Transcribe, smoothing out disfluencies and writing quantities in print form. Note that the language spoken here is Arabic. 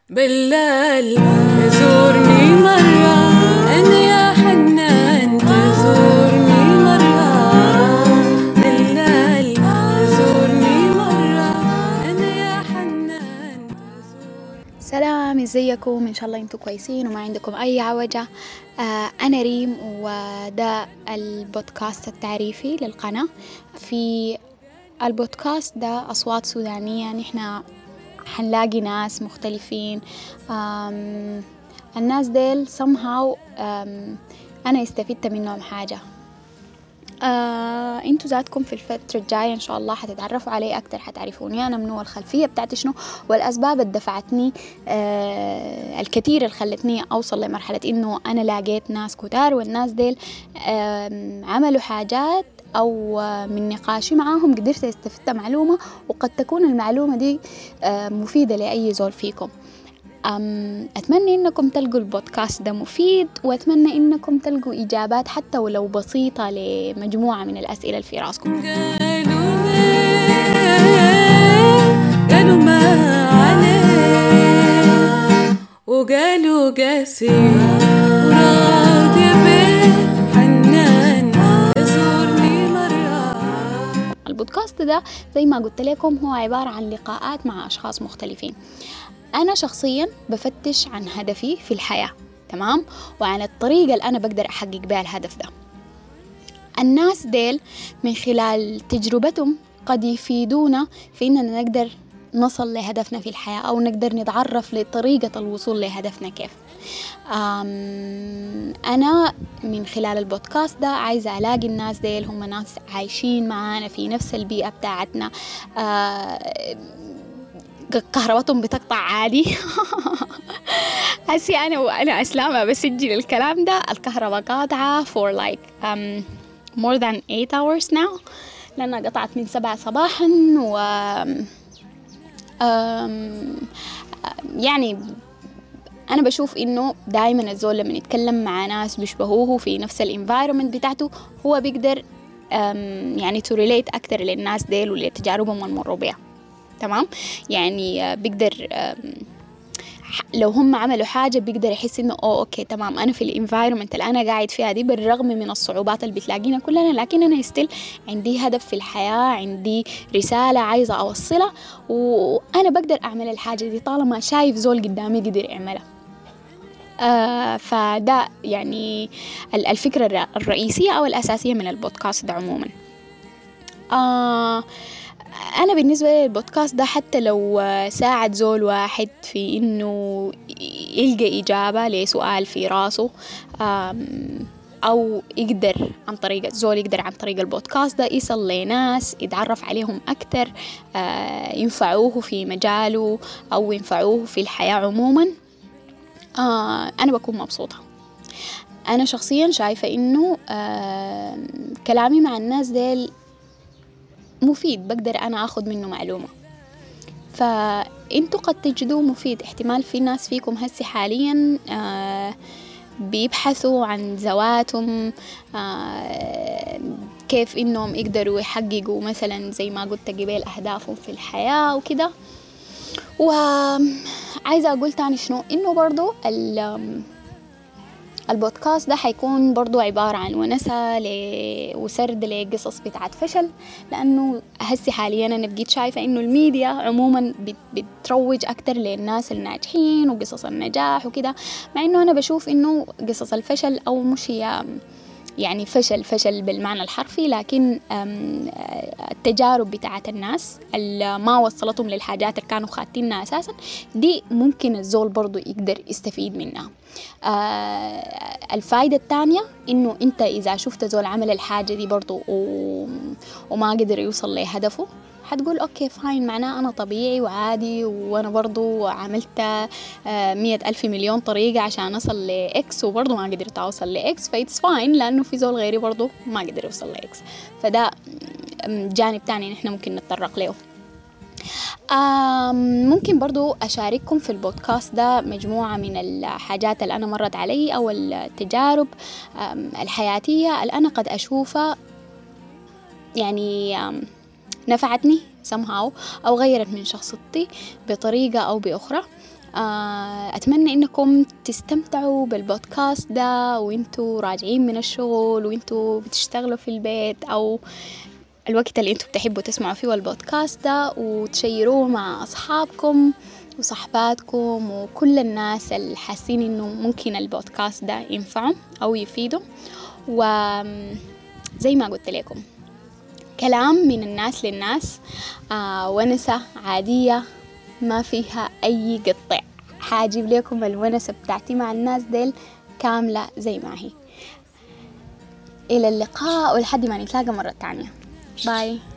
بالله تزورني مرة أنا يا حنان، تزورني مرة بالله تزورني مرة أنا يا حنان سلام، ازيكم؟ ان شاء الله انتم كويسين وما عندكم اي عوجة. انا ريم، وده البودكاست التعريفي للقناة. في البودكاست ده اصوات سودانية، نحن حنلاقي ناس مختلفين. الناس ديل somehow انا استفدت منهم حاجة. انتوا ذاتكم في الفترة الجاية ان شاء الله حتتعرفوا علي اكتر، حتعرفوني انا منو، الخلفية بتاعتي شنو، والاسباب اللي دفعتني الكثير اللي خلتني اوصل لمرحلة انه انا لاقيت ناس كتار، والناس ديل عملوا حاجات او من نقاشي معاهم قدرت استفدت معلومة، وقد تكون المعلومة دي مفيدة لأي زول فيكم. أتمنى إنكم تلقوا البودكاست ده مفيد، وأتمنى إنكم تلقوا إجابات حتى ولو بسيطة لمجموعة من الأسئلة اللي في راسكم. قالوا ما عليه وقالوا قاسي وراد يا بيت حنان تزورني مرة. البودكاست ده زي ما قلت لكم هو عبارة عن لقاءات مع أشخاص مختلفين. أنا شخصيا بفتش عن هدفي في الحياة، تمام، وعن الطريقة اللي أنا بقدر أحقق بها الهدف ده. الناس ديل من خلال تجربتهم قد يفيدونا في إننا نقدر نصل لهدفنا في الحياة، أو نقدر نتعرف لطريقة الوصول لهدفنا كيف. أنا من خلال البودكاست ده عايزة ألاقي الناس ديل هم ناس عايشين معانا في نفس البيئة بتاعتنا، كهرباتهم بتقطع عادي. هسي أنا أسلامة بسجل الكلام ده، الكهرباء قاطعة for like more than 8 hours now، لأنها قطعت من 7 صباحا. و يعني أنا بشوف إنه دايما الزول لما يتكلم مع ناس بيشبهوه في نفس الانفايرومنت بتاعته هو بيقدر يعني to relate أكتر للناس ديل ولتجاربهم المروا بيها، تمام. يعني بيقدر لو هم عملوا حاجة بيقدر يحس إنه أوكي تمام، أنا في الانفايرومنت اللي أنا قاعد فيها دي بالرغم من الصعوبات اللي بتلاقينا كلنا، لكن أنا ستيل عندي هدف في الحياة، عندي رسالة عايزة أوصلها، وأنا بقدر أعمل الحاجة دي طالما شايف زول قدامي قدر يعملها. فده يعني الفكرة الرئيسية أو الأساسية من البودكاست ده عموما. أنا بالنسبة لي البودكاست ده حتى لو ساعد زول واحد في إنه يلقى إجابة لسؤال في راسه، أو يقدر عن طريق الزول يقدر عن طريق البودكاست ده يصل لناس يتعرف عليهم أكتر، ينفعوه في مجاله أو ينفعوه في الحياة عموما، أنا بكون مبسوطة. أنا شخصيا شايفة إنه كلامي مع الناس ديل مفيد، بقدر أنا أخذ منه معلومة، فأنتوا قد تجدوه مفيد. احتمال في ناس فيكم هسي حاليا بيبحثوا عن ذواتهم، كيف إنهم يقدروا يحققوا مثلا زي ما قلت قبل أهدافهم في الحياة وكده. وعايزة أقول تاني شنو، إنه برضو البودكاست ده حيكون برضو عبارة عن ونسة وسرد لقصص بتاعت فشل، لأنه هسي حاليا أنا بقيت شايفة إنه الميديا عموما بتروج أكتر للناس الناجحين وقصص النجاح وكده، مع إنه أنا بشوف إنه قصص الفشل أو مش هي يعني فشل بالمعنى الحرفي، لكن التجارب بتاعت الناس اللي ما وصلتهم للحاجات اللي كانوا خاتينها أساسا دي ممكن الزول برضو يقدر يستفيد منها. الفائدة الثانية إنه أنت إذا شفت زول عمل الحاجة دي برضو وما قدر يوصل لهدفه، حتقول أوكي فاين، معناه أنا طبيعي وعادي، وأنا برضو عملت 100,000 مليون طريقة عشان أصل لإكس وبرضو ما قدرت أوصل لإكس، فإتس فاين لأنه في زول غيري برضو ما قدر يوصل لإكس. فده جانب تاني نحن ممكن نتطرق له. ممكن برضو أشارككم في البودكاست ده مجموعة من الحاجات اللي أنا مرت علي أو التجارب الحياتية اللي أنا قد أشوفها يعني نفعتني somehow أو غيرت من شخصيتي بطريقة أو بأخرى. أتمنى إنكم تستمتعوا بالبودكاست ده وإنتوا راجعين من الشغل، وإنتوا بتشتغلوا في البيت، أو الوقت اللي إنتوا بتحبوا تسمعوا فيه البودكاست ده، وتشيروه مع أصحابكم وصحباتكم وكل الناس اللي حاسين إنه ممكن البودكاست ده ينفعهم أو يفيدهم. وزي ما قلت لكم، كلام من الناس للناس، ونسة عادية ما فيها أي قطع. حاجب لكم الونسة بتاعتي مع الناس ديل كاملة زي ما هي. إلى اللقاء ولحد ما نتلاقى مرة تانية. باي.